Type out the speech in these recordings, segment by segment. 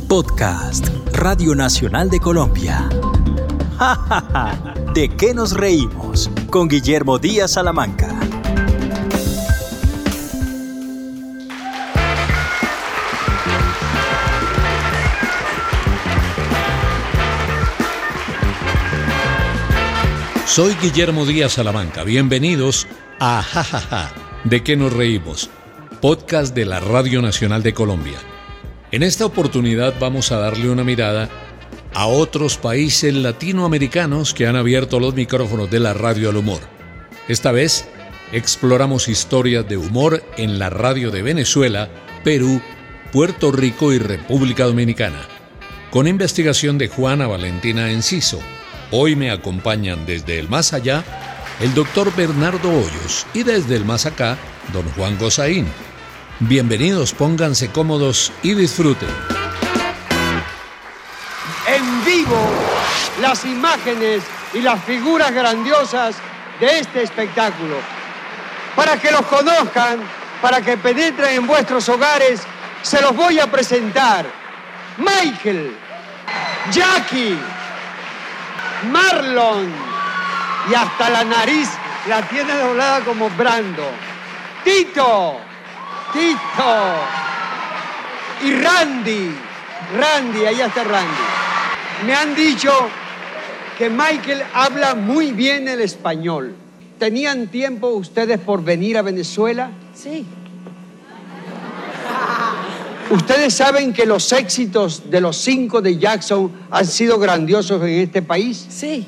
Podcast Radio Nacional de Colombia. ¡Ja, ja, ja! ¿De qué nos reímos? Con Guillermo Díaz Salamanca. Soy Guillermo Díaz Salamanca. Bienvenidos a Ja, ja, ja! ¿De qué nos reímos? Podcast de la Radio Nacional de Colombia. En esta oportunidad vamos a darle una mirada a otros países latinoamericanos que han abierto los micrófonos de la radio al humor. Esta vez exploramos historias de humor en la radio de Venezuela, Perú, Puerto Rico y República Dominicana, con investigación de Juana Valentina Enciso. Hoy me acompañan desde el más allá el doctor Bernardo Hoyos y desde el más acá, don Juan Gozaín. Bienvenidos, pónganse cómodos y disfruten. En vivo, las imágenes y las figuras grandiosas de este espectáculo. Para que los conozcan, para que penetren en vuestros hogares, se los voy a presentar. Michael, Jackie, Marlon, y hasta la nariz la tiene doblada como Brando. Tito y Randy, allá está Randy. Me han dicho que Michael habla muy bien el español. ¿Tenían tiempo ustedes por venir a Venezuela? Sí. ¿Ustedes saben que los éxitos de los 5 de Jackson han sido grandiosos en este país? Sí.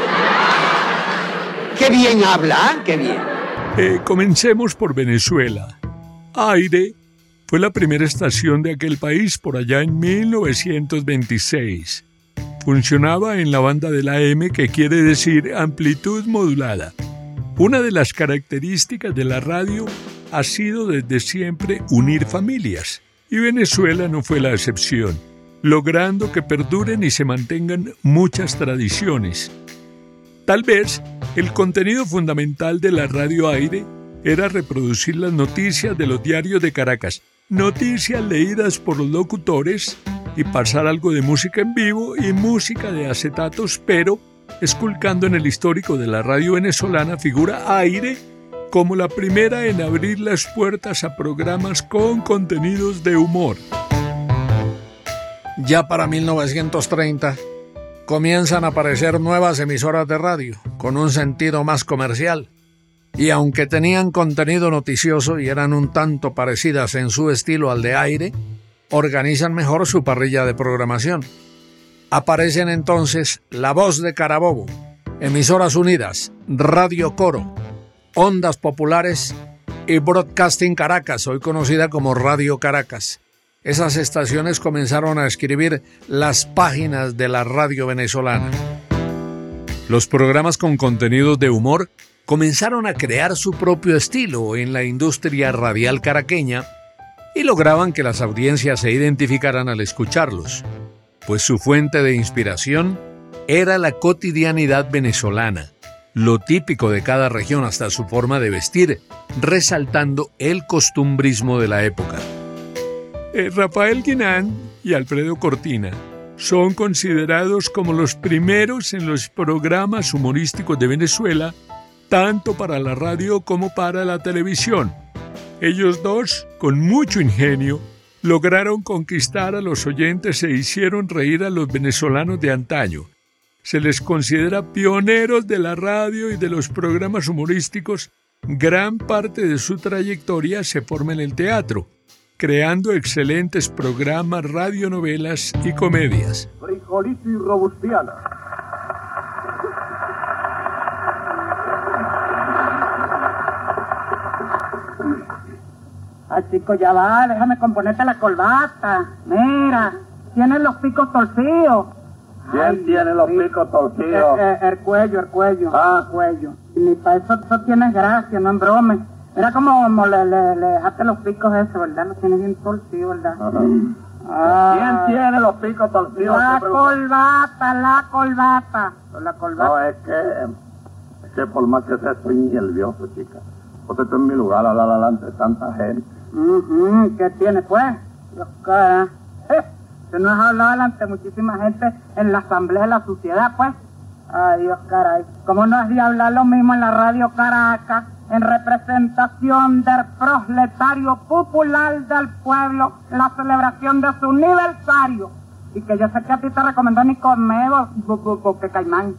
¡Qué bien habla, ¿eh? ¡Qué bien! Comencemos por Venezuela. Aire fue la primera estación de aquel país por allá en 1926. Funcionaba en la banda de la M, que quiere decir amplitud modulada. Una de las características de la radio ha sido desde siempre unir familias, y Venezuela no fue la excepción, logrando que perduren y se mantengan muchas tradiciones. Tal vez el contenido fundamental de la radio Aire era reproducir las noticias de los diarios de Caracas, noticias leídas por los locutores, y pasar algo de música en vivo y música de acetatos, pero esculcando en el histórico de la radio venezolana figura Aire como la primera en abrir las puertas a programas con contenidos de humor. Ya para 1930 comienzan a aparecer nuevas emisoras de radio con un sentido más comercial. Y aunque tenían contenido noticioso y eran un tanto parecidas en su estilo al de Aire, organizan mejor su parrilla de programación. Aparecen entonces La Voz de Carabobo, Emisoras Unidas, Radio Coro, Ondas Populares y Broadcasting Caracas, hoy conocida como Radio Caracas. Esas estaciones comenzaron a escribir las páginas de la radio venezolana. Los programas con contenidos de humor comenzaron a crear su propio estilo en la industria radial caraqueña y lograban que las audiencias se identificaran al escucharlos, pues su fuente de inspiración era la cotidianidad venezolana, lo típico de cada región hasta su forma de vestir, resaltando el costumbrismo de la época. Rafael Guinán y Alfredo Cortina son considerados como los primeros en los programas humorísticos de Venezuela, tanto para la radio como para la televisión. Ellos dos, con mucho ingenio, lograron conquistar a los oyentes e hicieron reír a los venezolanos de antaño. Se les considera pioneros de la radio y de los programas humorísticos. Gran parte de su trayectoria se forma en el teatro, creando excelentes programas, radionovelas y comedias. Frijolito y robustiana. Ay, chico, ya va, déjame componerte la corbata. Mira, tienes los picos torcidos. ¿Quién tiene los picos torcidos? El cuello. El cuello. Ni para eso tienes gracia, no embrome. Mira cómo le dejaste los picos eso, ¿verdad? Los tienes bien torcidos, ¿verdad? ¿Quién tiene los picos torcidos? La corbata. No, es que por más que sea, estoy nervioso, chica. Porque estoy en mi lugar, hablar adelante de tanta gente. ¿Qué tiene, pues? Usted no ha hablado delante de muchísima gente en la Asamblea de la Sociedad, pues. Ay, Dios, caray. ¿Cómo no has de hablar lo mismo en la Radio Caracas, en representación del proletario popular del pueblo, la celebración de su aniversario? Y que yo sé que a ti te recomendó Nicomeo, porque Caimán.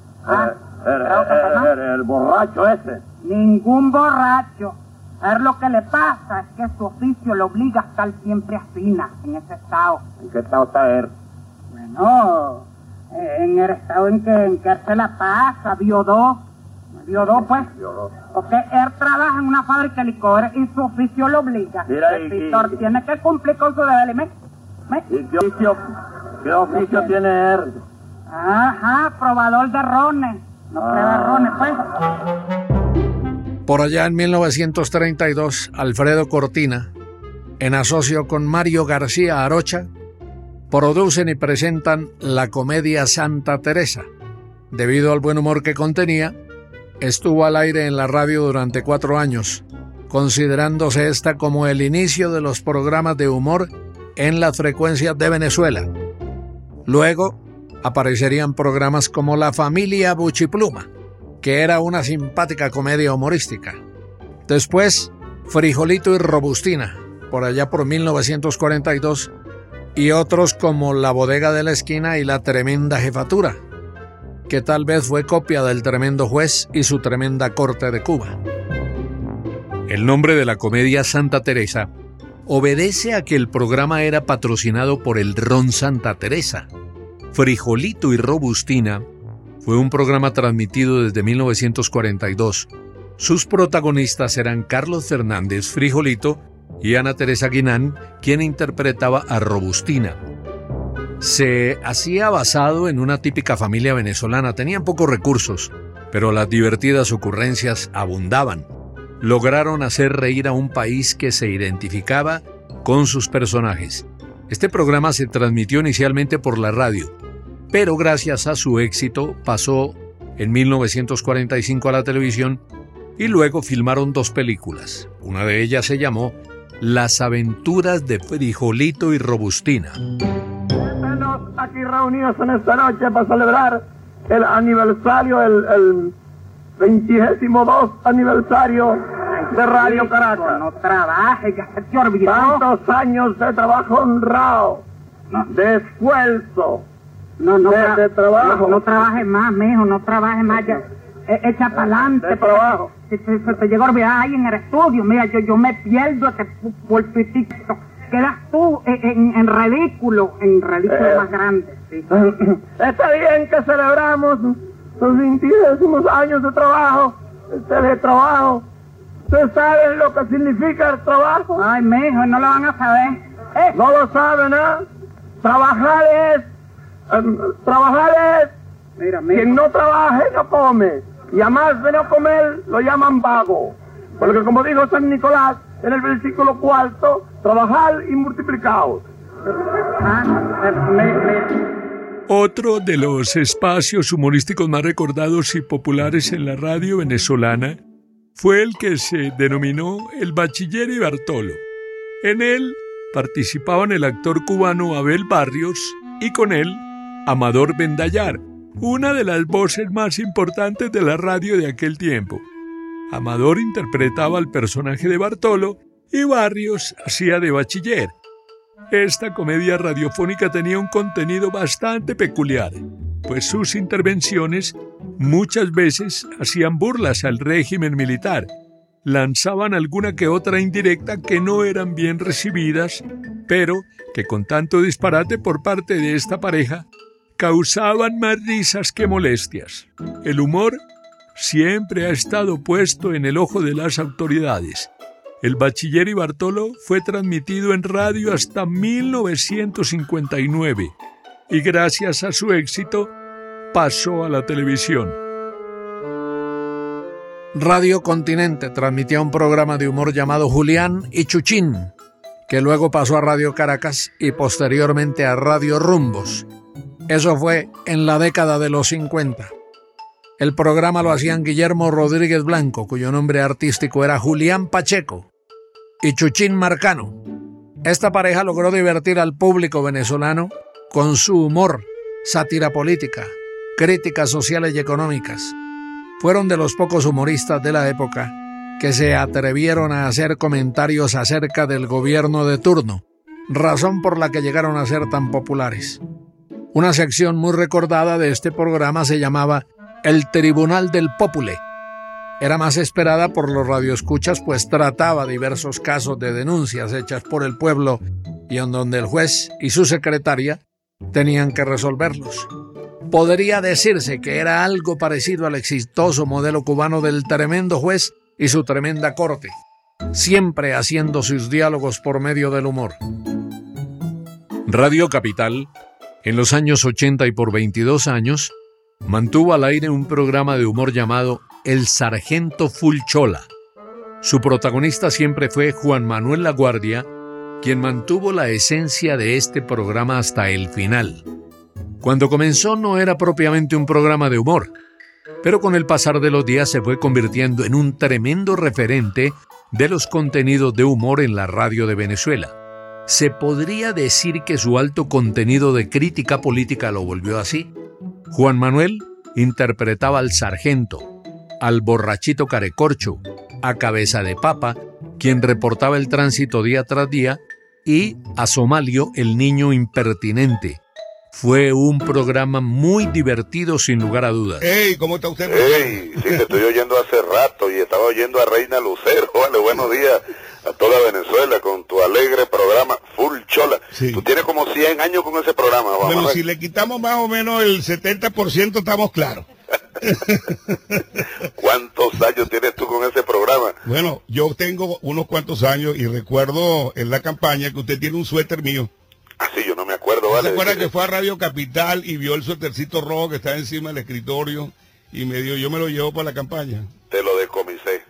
El borracho ese. Ningún borracho. A ver, lo que le pasa es que su oficio le obliga a estar siempre asina en ese estado. ¿En qué estado está él? Bueno, en el estado en que él se la pasa, Biodó, pues. Porque él trabaja en una fábrica de licores y su oficio lo obliga. Mira, el pintor tiene que cumplir con su deber. ¿Y qué oficio tiene él? Ajá, probador de rones. No prueba rones, pues. Por allá en 1932, Alfredo Cortina, en asocio con Mario García Arocha, producen y presentan la comedia Santa Teresa. Debido al buen humor que contenía, estuvo al aire en la radio durante 4 años, considerándose esta como el inicio de los programas de humor en las frecuencias de Venezuela. Luego aparecerían programas como La Familia Buchipluma, que era una simpática comedia humorística. Después, Frijolito y Robustina, por allá por 1942, y otros como La Bodega de la Esquina y La Tremenda Jefatura, que tal vez fue copia del Tremendo Juez y su Tremenda Corte de Cuba. El nombre de la comedia Santa Teresa obedece a que el programa era patrocinado por el Ron Santa Teresa. Frijolito y Robustina fue un programa transmitido desde 1942. Sus protagonistas eran Carlos Fernández, Frijolito, y Ana Teresa Guinán, quien interpretaba a Robustina. Se hacía basado en una típica familia venezolana. Tenían pocos recursos, pero las divertidas ocurrencias abundaban. Lograron hacer reír a un país que se identificaba con sus personajes. Este programa se transmitió inicialmente por la radio, pero gracias a su éxito pasó en 1945 a la televisión y luego filmaron 2 películas. Una de ellas se llamó Las aventuras de Frijolito y Robustina. Estamos aquí reunidos en esta noche para celebrar el aniversario, el 22 aniversario de Radio Caracas. No trabaje, ya se te olvidó. Tantos años de trabajo honrado, de esfuerzo, de trabajo. No trabaje más, mijo, no trabaje más. Ya, echa para adelante. De trabajo. Se te llegó a olvidar ahí en el estudio. Mira, yo me pierdo ese pulpitito. Quedas tú en ridículo más grande. Sí. Está bien que celebramos los 20 años de trabajo, teletrabajo. ¿Ustedes saben lo que significa el trabajo? Ay, mijo, no lo van a saber. No lo saben, ¿eh? Trabajar es... Mira, quien no trabaje no come. Y además de no comer, lo llaman vago. Porque como dijo San Nicolás en el versículo 4, trabajar y multiplicaos. Otro de los espacios humorísticos más recordados y populares en la radio venezolana fue el que se denominó El Bachiller y Bartolo. En él participaban el actor cubano Abel Barrios y con él Amador Bendayar, una de las voces más importantes de la radio de aquel tiempo. Amador interpretaba al personaje de Bartolo y Barrios hacía de Bachiller. Esta comedia radiofónica tenía un contenido bastante peculiar, pues sus intervenciones muchas veces hacían burlas al régimen militar, lanzaban alguna que otra indirecta que no eran bien recibidas, pero que con tanto disparate por parte de esta pareja causaban más risas que molestias. El humor siempre ha estado puesto en el ojo de las autoridades. El Bachiller y Bartolo fue transmitido en radio hasta 1959 y gracias a su éxito pasó a la televisión. Radio Continente transmitía un programa de humor llamado Julián y Chuchín, que luego pasó a Radio Caracas y posteriormente a Radio Rumbos. Eso fue en la década de los 50. El programa lo hacían Guillermo Rodríguez Blanco, cuyo nombre artístico era Julián Pacheco, y Chuchín Marcano. Esta pareja logró divertir al público venezolano con su humor, sátira política, críticas sociales y económicas. Fueron de los pocos humoristas de la época que se atrevieron a hacer comentarios acerca del gobierno de turno, razón por la que llegaron a ser tan populares. Una sección muy recordada de este programa se llamaba El Tribunal del Pópule. Era más esperada por los radioescuchas, pues trataba diversos casos de denuncias hechas por el pueblo y en donde el juez y su secretaria tenían que resolverlos. Podría decirse que era algo parecido al exitoso modelo cubano del tremendo juez y su tremenda corte, siempre haciendo sus diálogos por medio del humor. Radio Capital, en los años 80 y por 22 años, mantuvo al aire un programa de humor llamado El Sargento Fulchola. Su protagonista siempre fue Juan Manuel Laguardia, quien mantuvo la esencia de este programa hasta el final. Cuando comenzó no era propiamente un programa de humor, pero con el pasar de los días se fue convirtiendo en un tremendo referente de los contenidos de humor en la radio de Venezuela. Se podría decir que su alto contenido de crítica política lo volvió así. Juan Manuel interpretaba al sargento, al borrachito carecorcho, a cabeza de papa, quien reportaba el tránsito día tras día, y a Somalio, el niño impertinente. Fue un programa muy divertido, sin lugar a dudas. ¡Ey! ¿Cómo está usted? ¡Ey! Sí, te estoy oyendo hace rato y estaba oyendo a Reina Lucero. Vale, buenos días a toda Venezuela con tu alegre programa Fulchola. Sí. Tú tienes como 100 años con ese programa. Vamos bueno, a ver. si le quitamos más o menos el 70%, estamos claros. ¿Cuántos años tienes tú con ese programa? Bueno, yo tengo unos cuantos años y recuerdo en la campaña que usted tiene un suéter mío. Ah, sí, yo no me acuerdo, ¿vale? ¿Se acuerda que fue a Radio Capital y vio el suétercito rojo que está encima del escritorio y yo me lo llevo para la campaña? Te lo decomisé.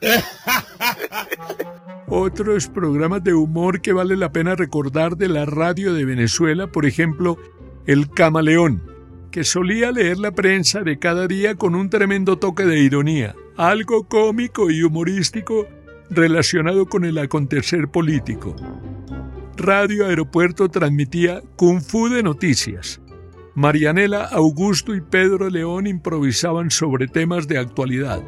Otros programas de humor que vale la pena recordar de la radio de Venezuela, por ejemplo, El Camaleón, que solía leer la prensa de cada día con un tremendo toque de ironía, algo cómico y humorístico relacionado con el acontecer político. Radio Aeropuerto transmitía Kung Fu de noticias. Marianela, Augusto y Pedro León improvisaban sobre temas de actualidad.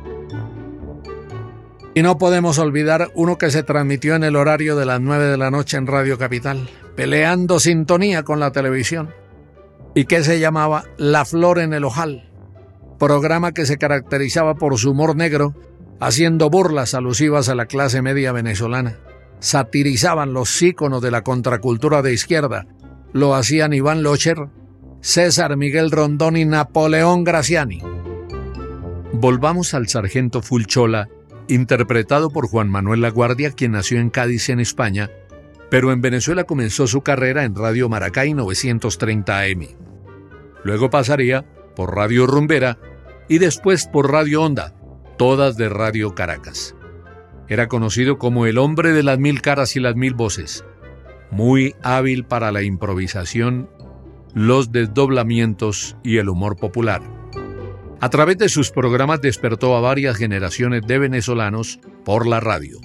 Y no podemos olvidar uno que se transmitió en el horario de las 9 de la noche en Radio Capital, peleando sintonía con la televisión, y que se llamaba La Flor en el Ojal, programa que se caracterizaba por su humor negro, haciendo burlas alusivas a la clase media venezolana. Satirizaban los íconos de la contracultura de izquierda. Lo hacían Iván Locher, César Miguel Rondón y Napoleón Graciani. Volvamos al Sargento Fulchola, interpretado por Juan Manuel Laguardia, quien nació en Cádiz, en España, pero en Venezuela comenzó su carrera en Radio Maracay 930 AM. Luego pasaría por Radio Rumbera y después por Radio Onda, todas de Radio Caracas. Era conocido como el hombre de las 1000 caras y las 1000 voces, muy hábil para la improvisación, los desdoblamientos y el humor popular. A través de sus programas despertó a varias generaciones de venezolanos por la radio.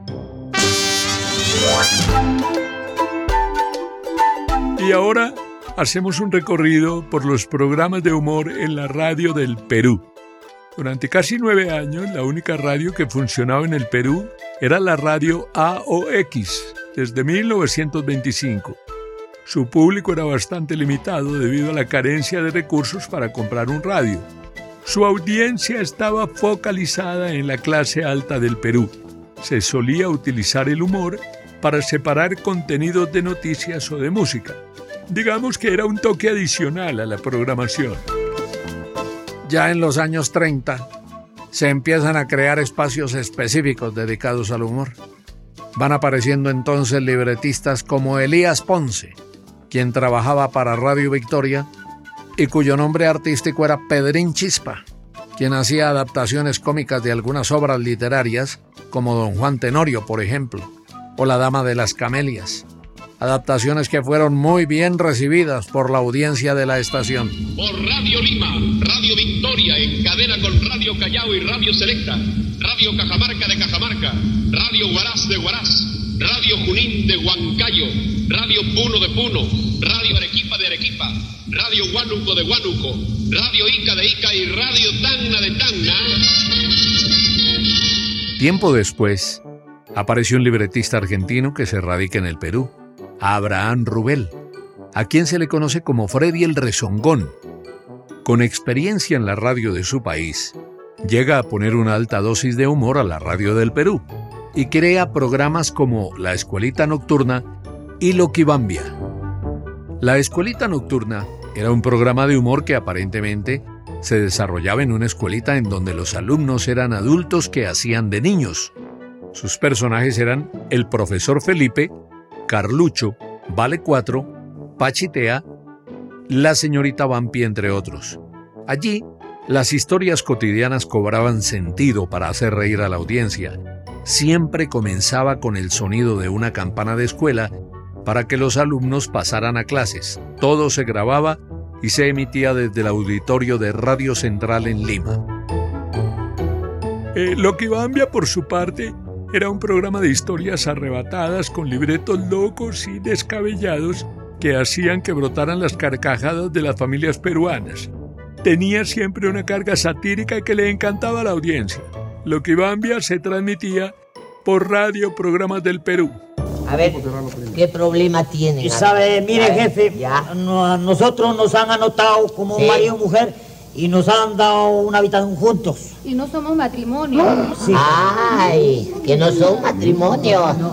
Y ahora hacemos un recorrido por los programas de humor en la radio del Perú. Durante casi 9 años, la única radio que funcionaba en el Perú era la radio AOX, desde 1925. Su público era bastante limitado debido a la carencia de recursos para comprar un radio. Su audiencia estaba focalizada en la clase alta del Perú. Se solía utilizar el humor para separar contenidos de noticias o de música. Digamos que era un toque adicional a la programación. Ya en los años 30 se empiezan a crear espacios específicos dedicados al humor. Van apareciendo entonces libretistas como Elías Ponce, quien trabajaba para Radio Victoria y cuyo nombre artístico era Pedrín Chispa, quien hacía adaptaciones cómicas de algunas obras literarias como Don Juan Tenorio, por ejemplo, o La Dama de las Camelias. Adaptaciones que fueron muy bien recibidas por la audiencia de la estación. Por Radio Lima, Radio Victoria, en cadena con Radio Callao y Radio Selecta, Radio Cajamarca de Cajamarca, Radio Huaraz de Huaraz, Radio Junín de Huancayo, Radio Puno de Puno, Radio Arequipa de Arequipa, Radio Huánuco de Huánuco, Radio Ica de Ica y Radio Tacna de Tacna. Tiempo después, apareció un libretista argentino que se radica en el Perú, Abraham Rubel, a quien se le conoce como Freddy el Rezongón. Con experiencia en la radio de su país, llega a poner una alta dosis de humor a la radio del Perú y crea programas como La Escuelita Nocturna y Loquibambia. La Escuelita Nocturna era un programa de humor que aparentemente se desarrollaba en una escuelita en donde los alumnos eran adultos que hacían de niños. Sus personajes eran el profesor Felipe, Carlucho, Vale 4, Pachitea, la señorita Vampi, entre otros. Allí, las historias cotidianas cobraban sentido para hacer reír a la audiencia. Siempre comenzaba con el sonido de una campana de escuela para que los alumnos pasaran a clases. Todo se grababa y se emitía desde el auditorio de Radio Central en Lima. Loquibambia, por su parte, era un programa de historias arrebatadas con libretos locos y descabellados que hacían que brotaran las carcajadas de las familias peruanas. Tenía siempre una carga satírica que le encantaba a la audiencia. Loquibambia se transmitía por Radio Programas del Perú. A ver, ¿qué problema tienen? Y sabe, mire, jefe, nosotros nos han anotado como marido y mujer y nos han dado una habitación juntos. Y no somos matrimonio. Sí. Ay, que no son matrimonio. No.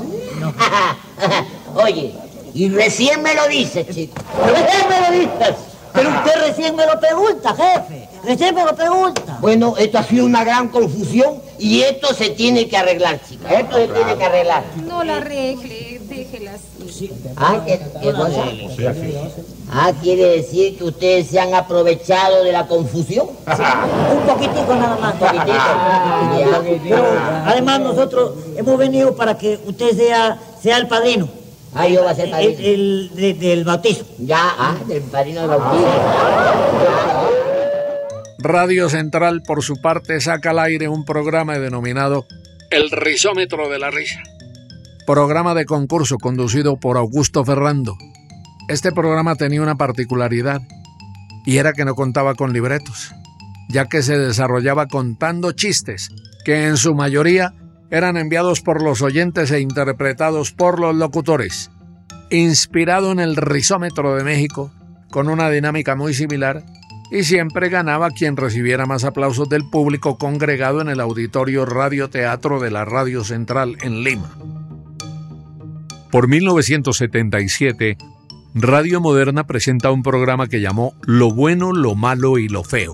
Oye, y recién me lo dices, chico. Recién me lo dices. Pero usted recién me lo pregunta, jefe. Recién me lo pregunta. Bueno, esto ha sido una gran confusión y esto se tiene que arreglar, chica. Esto se tiene que arreglar. No la arregle, déjela así. Ah, ¿qué cosa? Ah, ¿quiere decir que ustedes se han aprovechado de la confusión? Sí, un poquitico nada más. Pero además nosotros hemos venido para que usted sea el padrino. Ah, yo voy a ser padrino. Del bautizo. Ya, del padrino del bautizo. Radio Central, por su parte, saca al aire un programa denominado El Rizómetro de la Risa. Programa de concurso conducido por Augusto Ferrando. Este programa tenía una particularidad, y era que no contaba con libretos, ya que se desarrollaba contando chistes, que en su mayoría eran enviados por los oyentes e interpretados por los locutores. Inspirado en el Rizómetro de México, con una dinámica muy similar, y siempre ganaba quien recibiera más aplausos del público congregado en el auditorio radioteatro de la Radio Central en Lima. Por 1977, Radio Moderna presenta un programa que llamó Lo Bueno, Lo Malo y Lo Feo.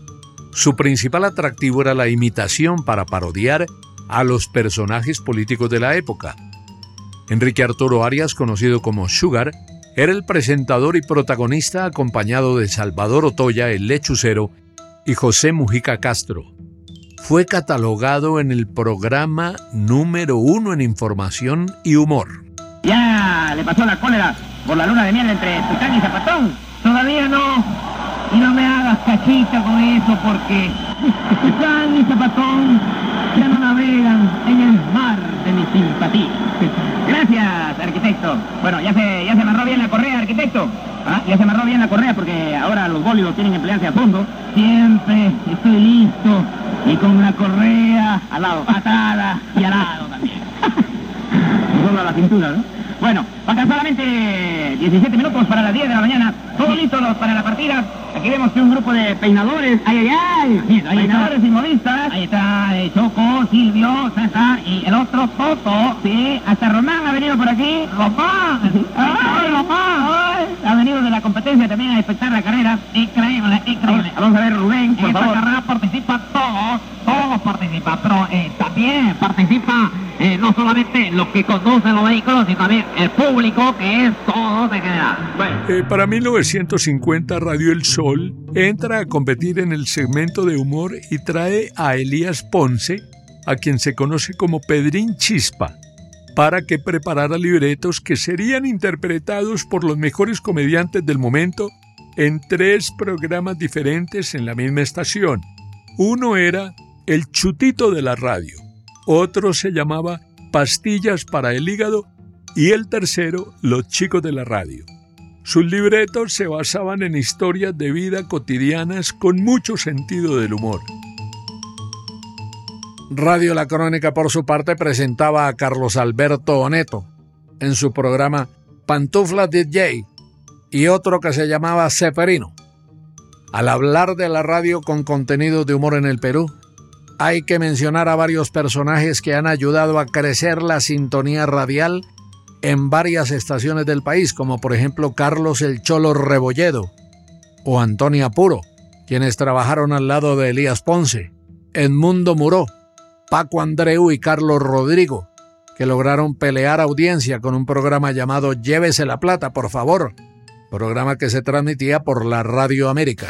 Su principal atractivo era la imitación para parodiar a los personajes políticos de la época. Enrique Arturo Arias, conocido como Sugar, era el presentador y protagonista, acompañado de Salvador Otoya, el lechucero, y José Mujica Castro. Fue catalogado en el programa número 1 en información y humor. ¿Ya le pasó la cólera por la luna de miel entre Tucán y Zapatón? Todavía no. Y no me hagas cachita con eso porque Tucán y Zapatón ya no navegan en el mar de mi simpatía. Gracias, arquitecto. Bueno, ya se amarró bien la correa, arquitecto. Ya se amarró bien la correa porque ahora los bólidos tienen que emplearse a fondo. Siempre estoy listo y con la correa al lado, atada y al lado también. Solo a la cintura, ¿no? Bueno, faltan solamente 17 minutos para las 10 de la mañana. Todos listos para la partida. Aquí vemos que un grupo de peinadores. Bien, peinadores y modistas. Ahí está Choco, Silvio, César y el otro Toto. Sí, hasta Román ha venido por aquí. ¡Román! ¡Ay, Román! Ha venido de la competencia también a inspectar la carrera. Increíble. Vamos a ver, Rubén, por favor. En esta carrera participan todos participan, pero también participa no solamente los que conducen los vehículos, sino también el público, que es todo de general. Bueno. Para 1950, Radio El Sol entra a competir en el segmento de humor y trae a Elías Ponce, a quien se conoce como Pedrín Chispa, para que preparara libretos que serían interpretados por los mejores comediantes del momento en 3 programas diferentes en la misma estación. Uno era El Chutito de la Radio, otro se llamaba Pastillas para el Hígado y el tercero Los Chicos de la Radio. Sus libretos se basaban en historias de vida cotidianas con mucho sentido del humor. Radio La Crónica, por su parte, presentaba a Carlos Alberto Oneto en su programa Pantufla DJ y otro que se llamaba Ceferino. Al hablar de la radio con contenido de humor en el Perú, hay que mencionar a varios personajes que han ayudado a crecer la sintonía radial en varias estaciones del país, como por ejemplo Carlos el Cholo Rebolledo o Antonio Apuro, quienes trabajaron al lado de Elías Ponce, Edmundo Muró, Paco Andreu y Carlos Rodrigo, que lograron pelear audiencia con un programa llamado Llévese la Plata, por favor, programa que se transmitía por la Radio América.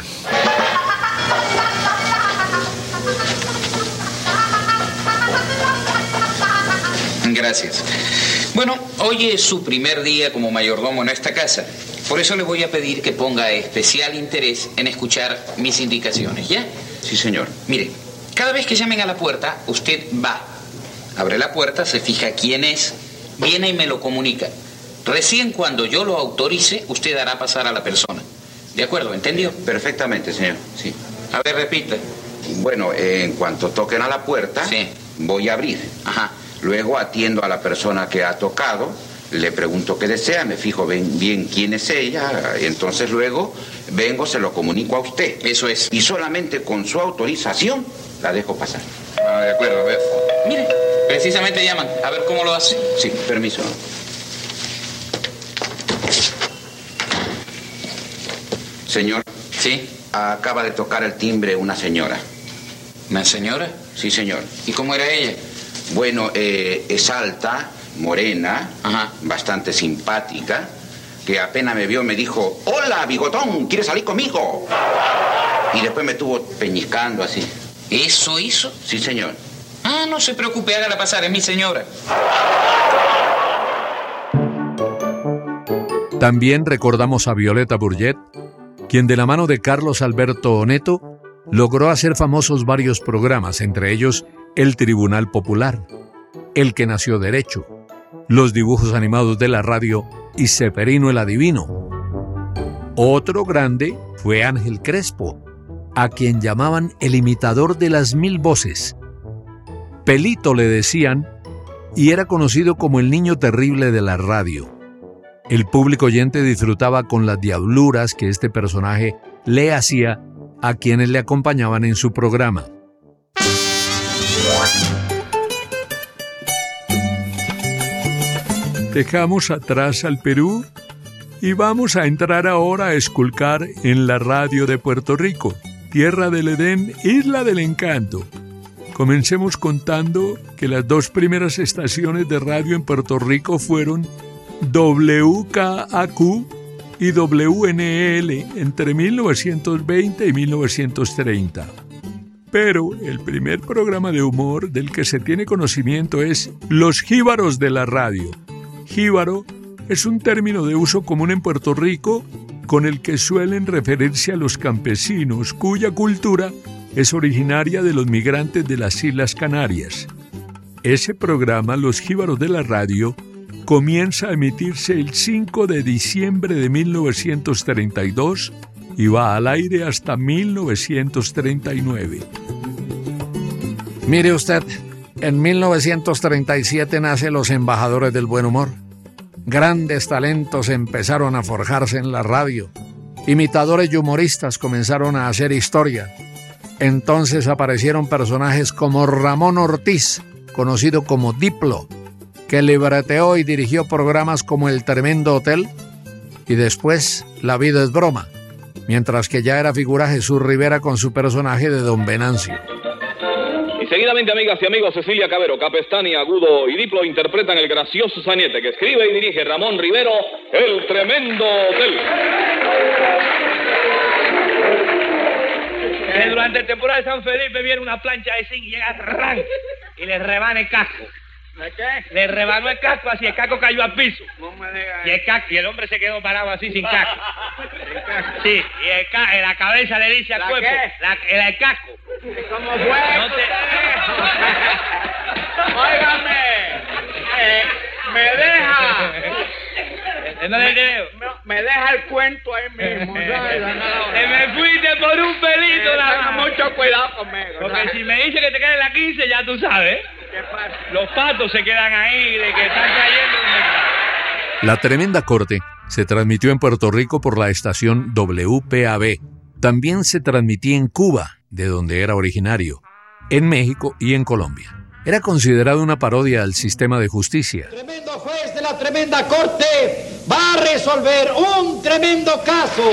Gracias. Bueno, hoy es su primer día como mayordomo en esta casa. Por eso le voy a pedir que ponga especial interés en escuchar mis indicaciones, ¿ya? Sí, señor. Mire, cada vez que llamen a la puerta, usted va, abre la puerta, se fija quién es, viene y me lo comunica. Recién cuando yo lo autorice, usted hará pasar a la persona. ¿De acuerdo? ¿Entendió? Perfectamente, señor. Sí. A ver, repita. Bueno, en cuanto toquen a la puerta, sí, voy a abrir. Ajá. Luego atiendo a la persona que ha tocado, le pregunto qué desea, me fijo bien quién es ella, y entonces luego vengo, se lo comunico a usted. Eso es. Y solamente con su autorización la dejo pasar. Ah, de acuerdo, a ver. Mire, precisamente llaman, a ver cómo lo hace. Sí, permiso. Señor. Sí. Acaba de tocar el timbre una señora. ¿Una señora? Sí, señor. ¿Y cómo era ella? Bueno, es alta, morena, ajá, bastante simpática, que apenas me vio me dijo, hola, bigotón, ¿quieres salir conmigo? Y después me estuvo peñiscando así. ¿Eso hizo? Sí, señor. Ah, no se preocupe, hágala pasar, es mi señora. También recordamos a Violeta Burget, quien de la mano de Carlos Alberto Oneto logró hacer famosos varios programas, entre ellos El Tribunal Popular, El que Nació Derecho, Los Dibujos Animados de la Radio y Ceferino el Adivino. Otro grande fue Ángel Crespo, a quien llamaban el imitador de las 1000 voces. Pelito le decían, y era conocido como el niño terrible de la radio. El público oyente disfrutaba con las diabluras que este personaje le hacía a quienes le acompañaban en su programa. Dejamos atrás al Perú y vamos a entrar ahora a esculcar en la radio de Puerto Rico, tierra del Edén, isla del encanto. Comencemos contando que las dos primeras estaciones de radio en Puerto Rico fueron WKAQ y WNEL entre 1920 y 1930. Pero el primer programa de humor del que se tiene conocimiento es Los Jíbaros de la Radio. Jíbaro es un término de uso común en Puerto Rico con el que suelen referirse a los campesinos cuya cultura es originaria de los migrantes de las Islas Canarias. Ese programa, Los Jíbaros de la Radio, comienza a emitirse el 5 de diciembre de 1932 y va al aire hasta 1939. Mire usted, en 1937 nace Los Embajadores del Buen Humor. Grandes talentos empezaron a forjarse en la radio. Imitadores y humoristas comenzaron a hacer historia. Entonces aparecieron personajes como Ramón Ortiz, conocido como Diplo, que libreteó y dirigió programas como El Tremendo Hotel y después La Vida es Broma, mientras que ya era figura Jesús Rivera con su personaje de Don Venancio. Y seguidamente, amigas y amigos, Cecilia Cabero, Capestani, Agudo y Diplo interpretan el gracioso sainete que escribe y dirige Ramón Rivero, El Tremendo Hotel. Durante el temporal de San Felipe viene una plancha de zinc y llega ¡ran! Y le rebana el casco. ¿De qué? Le rebanó el casco así, el casco cayó al piso. No me digas. Y el hombre se quedó parado así sin casco. Sí, y la cabeza le dice al ¿La cuerpo. qué? El casco. ¿Cómo fue? No te... Óigame. ¿Me deja? ¿Dónde te veo? Me deja el cuento ahí mismo. Te me fuiste por un pelito, Tenga mucho cuidado conmigo. Porque si me dice que te quedes en la 15, ya tú sabes. ¿Qué pasa? Los patos se quedan ahí, de que están cayendo. La tremenda corte se transmitió en Puerto Rico por la estación WPAB. También se transmitía en Cuba, de donde era originario, en México y en Colombia. Era considerado una parodia al sistema de justicia. El tremendo juez de la tremenda corte va a resolver un tremendo caso.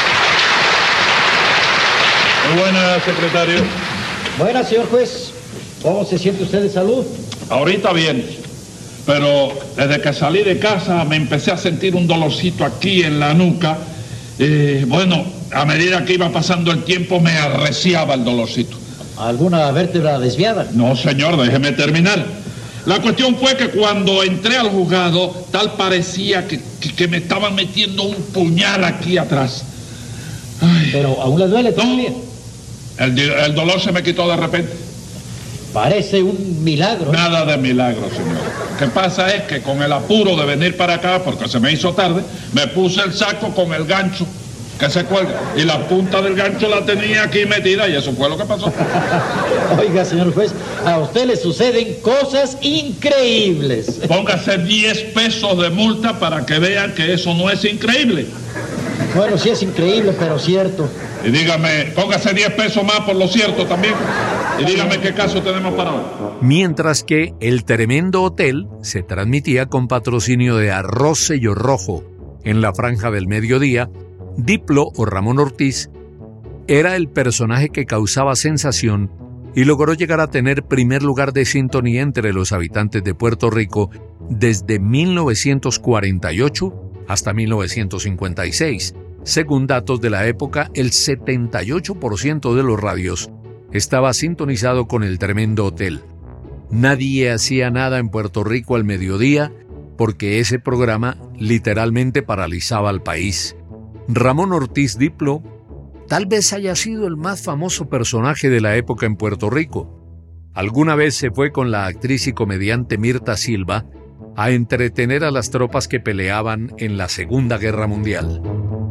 Muy buenas, secretario. Buenas, señor juez. ¿Cómo se siente usted de salud? Ahorita bien, pero desde que salí de casa me empecé a sentir un dolorcito aquí en la nuca. Bueno, a medida que iba pasando el tiempo me arreciaba el dolorcito. ¿Alguna vértebra desviada? No, señor, déjeme terminar. La cuestión fue que cuando entré al juzgado, tal parecía que me estaban metiendo un puñal aquí atrás. Ay. ¿Pero aún le duele todavía? El dolor se me quitó de repente. Parece un milagro. Nada de milagro, señor. Lo que pasa es que con el apuro de venir para acá, porque se me hizo tarde, me puse el saco con el gancho que se cuelga. Y la punta del gancho la tenía aquí metida y eso fue lo que pasó. Oiga, señor juez, a usted le suceden cosas increíbles. Póngase 10 pesos de multa para que vean que eso no es increíble. Bueno, sí es increíble, pero cierto. Y dígame, póngase 10 pesos más por lo cierto también. Y dígame qué caso tenemos para hoy. Mientras que El Tremendo Hotel se transmitía con patrocinio de Arroz Sello Rojo. En la franja del mediodía, Diplo o Ramón Ortiz era el personaje que causaba sensación y logró llegar a tener primer lugar de sintonía entre los habitantes de Puerto Rico desde 1948 hasta 1956. Según datos de la época, el 78% de los radios estaba sintonizado con El Tremendo Hotel. Nadie hacía nada en Puerto Rico al mediodía porque ese programa literalmente paralizaba al país. Ramón Ortiz Diplo tal vez haya sido el más famoso personaje de la época en Puerto Rico. Alguna vez se fue con la actriz y comediante Mirta Silva a entretener a las tropas que peleaban en la Segunda Guerra Mundial.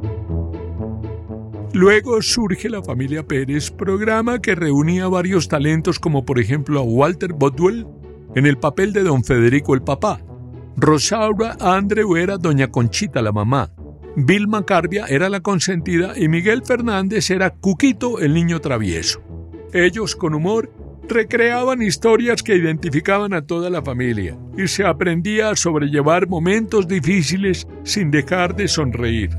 Luego surge La Familia Pérez, programa que reunía varios talentos como por ejemplo a Walter Bodwell en el papel de Don Federico el papá. Rosaura Andreu era Doña Conchita la mamá. Vilma Carbia era la consentida y Miguel Fernández era Cuquito el niño travieso. Ellos con humor recreaban historias que identificaban a toda la familia y se aprendía a sobrellevar momentos difíciles sin dejar de sonreír.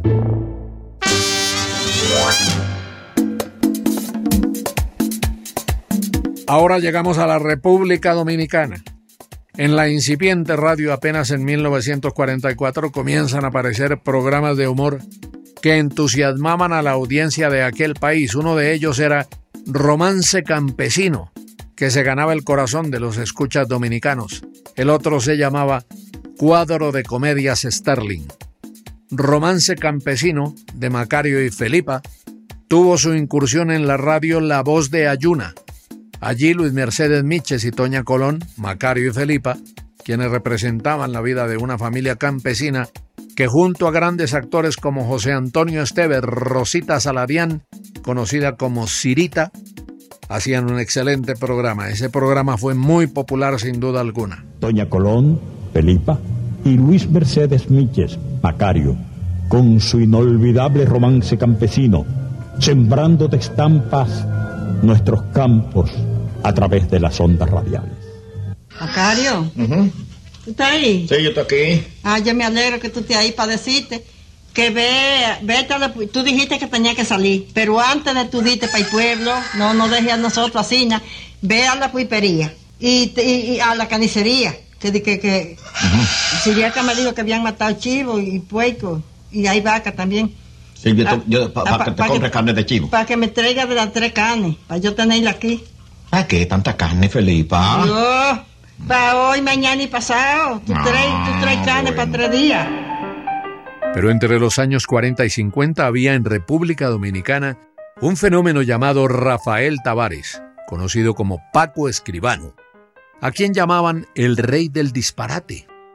Ahora llegamos a la República Dominicana. En la incipiente radio apenas en 1944 comienzan a aparecer programas de humor que entusiasmaban a la audiencia de aquel país. Uno de ellos era Romance Campesino, que se ganaba el corazón de los escuchas dominicanos. El otro se llamaba Cuadro de Comedias Sterling. Romance Campesino, de Macario y Felipa, tuvo su incursión en la radio La Voz de Ayuna. Allí Luis Mercedes Miches y Toña Colón, Macario y Felipa, quienes representaban la vida de una familia campesina que junto a grandes actores como José Antonio Esteves, Rosita Saladián, conocida como Cirita, hacían un excelente programa. Ese programa fue muy popular sin duda alguna. Toña Colón, Felipa y Luis Mercedes Miches, Macario, con su inolvidable romance campesino, sembrando de estampas nuestros campos a través de las ondas radiales. Macario, ¿tú estás ahí? Sí, yo estoy aquí. Ah, yo me alegro que tú estés ahí para decirte que tú dijiste que tenía que salir, pero antes de tú irte para el pueblo, no dejes a nosotros así, ve a la pulpería y a la carnicería, que Siriaca me dijo que habían matado chivo y puerco, y hay vaca también. Sí, para que te compres carne de chivo. Para que me traiga de las 3 carnes, para yo tenerla aquí. ¿Para qué tanta carne, Felipa? No, para hoy, mañana y pasado. Tú traes carne para 3 días. Pero entre los años 40 y 50 había en República Dominicana un fenómeno llamado Rafael Tavares, conocido como Paco Escribano, a quien llamaban el rey del disparate.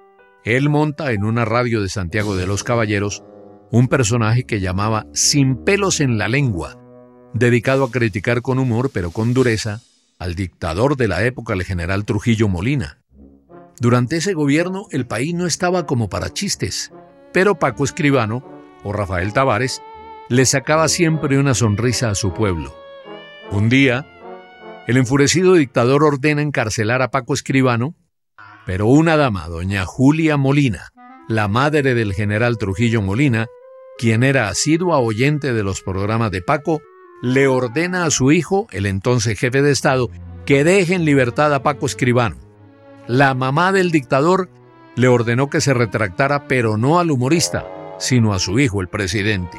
él monta en una radio de Santiago de los Caballeros un personaje que llamaba Sin pelos en la lengua, dedicado a criticar con humor pero con dureza al dictador de la época, el general Trujillo Molina. Durante ese gobierno el país no estaba como para chistes, pero Paco Escribano o Rafael Tavares le sacaba siempre una sonrisa a su pueblo. Un día, el enfurecido dictador ordena encarcelar a Paco Escribano, pero una dama, doña Julia Molina, la madre del general Trujillo Molina, quien era asidua oyente de los programas de Paco, le ordena a su hijo, el entonces jefe de Estado, que deje en libertad a Paco Escribano. La mamá del dictador le ordenó que se retractara, pero no al humorista, sino a su hijo, el presidente.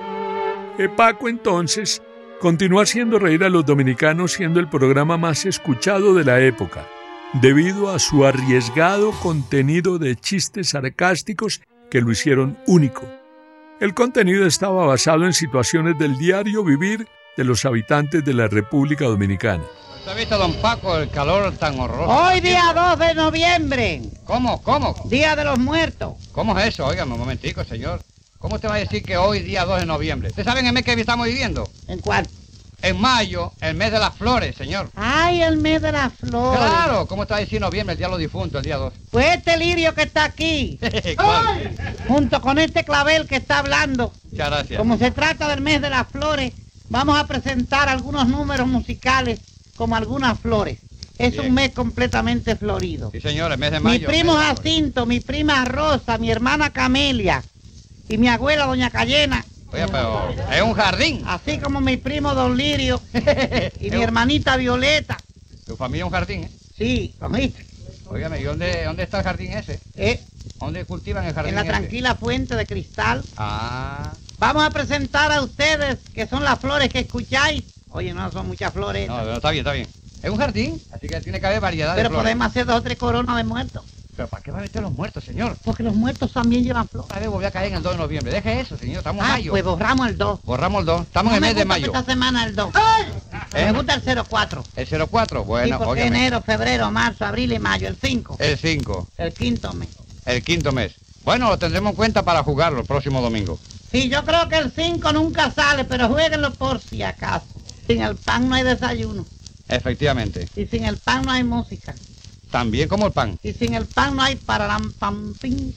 Paco entonces continuó haciendo reír a los dominicanos, siendo el programa más escuchado de la época, debido a su arriesgado contenido de chistes sarcásticos que lo hicieron único. El contenido estaba basado en situaciones del diario vivir de los habitantes de la República Dominicana. ¿Usted ha visto, don Paco, el calor tan horroroso? Hoy día 2 de noviembre. ¿Cómo? Día de los Muertos. ¿Cómo es eso? Óigame un momentico, señor. ¿Cómo usted va a decir que hoy, día 2 de noviembre? ¿Usted sabe en el mes que estamos viviendo? ¿En cuál? En mayo, el mes de las flores, señor. ¡Ay, el mes de las flores! Claro, ¿cómo está diciendo noviembre, el día de los difuntos, el día 2? Pues este lirio que está aquí, junto con este clavel que está hablando. Muchas gracias. Como se trata del mes de las flores, vamos a presentar algunos números musicales como algunas flores. Es Bien. un mes completamente florido. Sí, señor, el mes de mayo. Mi primo Jacinto, mi prima Rosa, mi hermana Camelia y mi abuela Doña Cayena. Oye, pero es un jardín. Así como mi primo Don Lirio y mi hermanita Violeta. ¿Tu familia es un jardín, eh? Sí, ¿viste? Óigame, ¿y dónde está el jardín ese? ¿Dónde cultivan el jardín En la ese? tranquila fuente de cristal. Ah. Vamos a presentar a ustedes que son las flores que escucháis. Oye, no son muchas flores. No, está bien, está bien. Es un jardín, así que tiene que haber variedad de Pero flores. podemos hacer 2 o 3 coronas de muertos. ¿Pero para qué van a meter los muertos, señor? Porque los muertos también llevan flores. A ver, voy a caer en el 2 de noviembre. Deje eso, señor, estamos en mayo. Pues borramos el 2. Borramos el 2. Estamos en el mes de mayo. Esta semana el 2. Me gusta el 04. ¿El 04? Bueno, sí, porque óigame. enero, febrero, marzo, abril y mayo. El 5. El 5. El quinto mes. El quinto mes. Bueno, lo tendremos en cuenta para jugarlo el próximo domingo. Sí, yo creo que el 5 nunca sale, pero jueguenlo por si acaso. Sin el pan no hay desayuno. Efectivamente. Y sin el pan no hay música. También como el pan. Y sin el pan no hay pararam-pam-pim.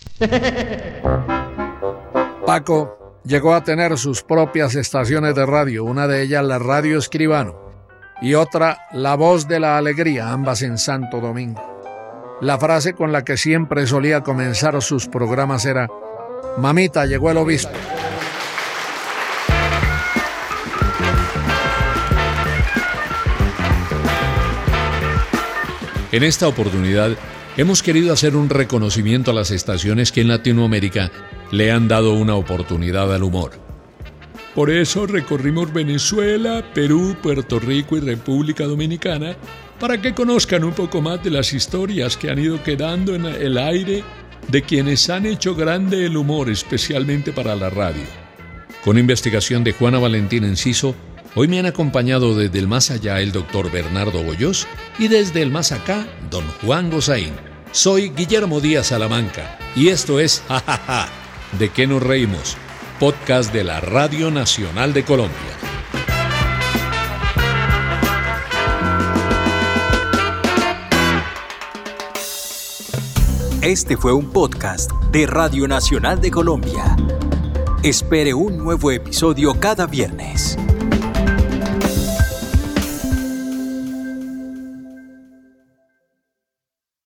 Paco llegó a tener sus propias estaciones de radio, una de ellas la Radio Escribano y otra La Voz de la Alegría, ambas en Santo Domingo. La frase con la que siempre solía comenzar sus programas era: "Mamita, llegó el obispo". En esta oportunidad, hemos querido hacer un reconocimiento a las estaciones que en Latinoamérica le han dado una oportunidad al humor. Por eso recorrimos Venezuela, Perú, Puerto Rico y República Dominicana para que conozcan un poco más de las historias que han ido quedando en el aire de quienes han hecho grande el humor, especialmente para la radio. Con investigación de Juana Valentín Enciso, hoy me han acompañado desde el más allá el doctor Bernardo Boyós y desde el más acá, don Juan Gozaín. Soy Guillermo Díaz Salamanca y esto es Ja Ja Ja, ¿de qué nos reímos? Podcast de la Radio Nacional de Colombia. Este fue un podcast de Radio Nacional de Colombia. Espere un nuevo episodio cada viernes.